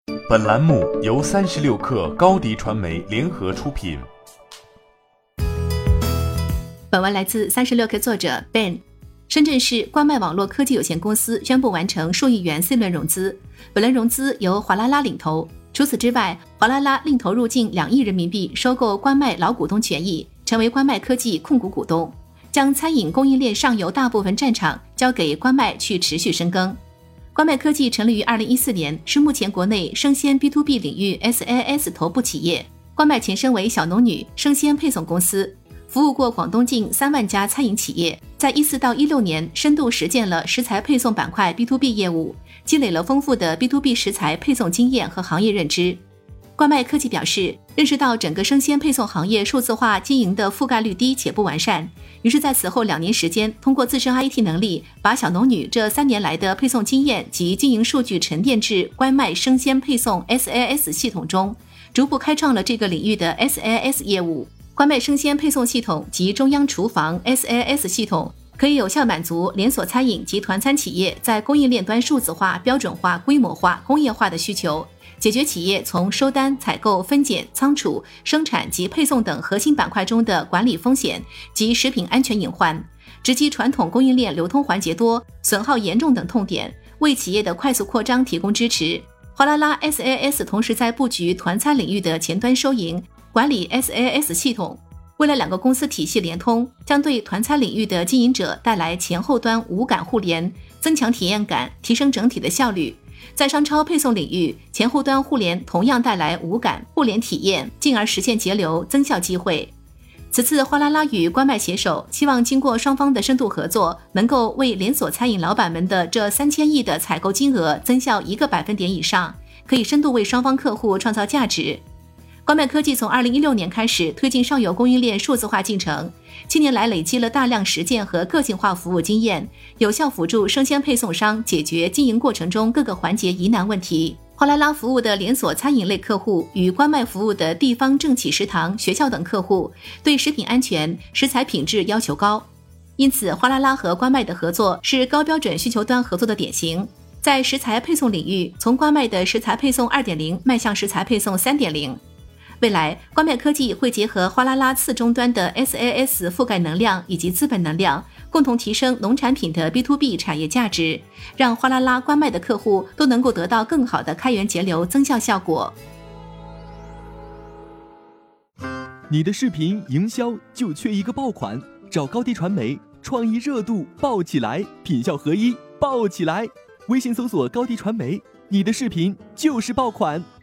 本栏目由36氪高迪传媒联合出品。 本文来自36氪作者 Ben。 深圳市关麦网络科技有限公司宣布完成数亿元 C 轮融资，本轮融资由华拉拉领投。除此之外，华拉拉另投入近2亿人民币收购关麦老股东权益，成为关麦科技控股股东，将餐饮供应链上游大部分战场交给关麦去持续深耕。关麦科技成立于2014年，是目前国内生鲜 B2B 领域 SaaS 头部企业。关麦前身为小农女生鲜配送公司，服务过广东近3万家餐饮企业，在14到16年深度实践了食材配送板块 B2B 业务，积累了丰富的 B2B 食材配送经验和行业认知。关麦科技表示，认识到整个生鲜配送行业数字化经营的覆盖率低且不完善，于是在此后2年时间，通过自身 IT 能力，把小农女这3年来的配送经验及经营数据沉淀至关麦生鲜配送 SaaS 系统中，逐步开创了这个领域的 SaaS 业务。关麦生鲜配送系统及中央厨房 SaaS 系统可以有效满足连锁餐饮及团餐企业在供应链端数字化、标准化、规模化、工业化的需求，解决企业从收单、采购、分拣、仓储、生产及配送等核心板块中的管理风险及食品安全隐患，直击传统供应链流通环节多、损耗严重等痛点，为企业的快速扩张提供支持。华拉拉 SaaS 同时在布局团餐领域的前端收银、管理 SaaS 系统。未来2个公司体系联通，将对团餐领域的经营者带来前后端无感互联，增强体验感，提升整体的效率。在商超配送领域，前后端互联同样带来无感互联体验，进而实现节流增效机会。此次华拉拉与关麦携手，期望经过双方的深度合作，能够为连锁餐饮老板们的这3000亿的采购金额增效1个百分点以上，可以深度为双方客户创造价值。关麦科技从2016年开始推进上游供应链数字化进程，7年来累积了大量实践和个性化服务经验，有效辅助生鲜配送商解决经营过程中各个环节疑难问题。华拉拉服务的连锁餐饮类客户与关麦服务的地方政企食堂、学校等客户对食品安全、食材品质要求高，因此华拉拉和关麦的合作是高标准需求端合作的典型。在食材配送领域，从关麦的食材配送 2.0 迈向食材配送 3.0。未来，关麦科技会结合华拉拉次终端的 SaaS 覆盖能量以及资本能量，共同提升农产品的 B2B 产业价值，让华拉拉、关麦的客户都能够得到更好的开源节流增效效果。 你的视频营销就缺一个爆款，找高迪传媒，创意热度爆起来，品效合一爆起来。微信搜索高迪传媒，你的视频就是爆款。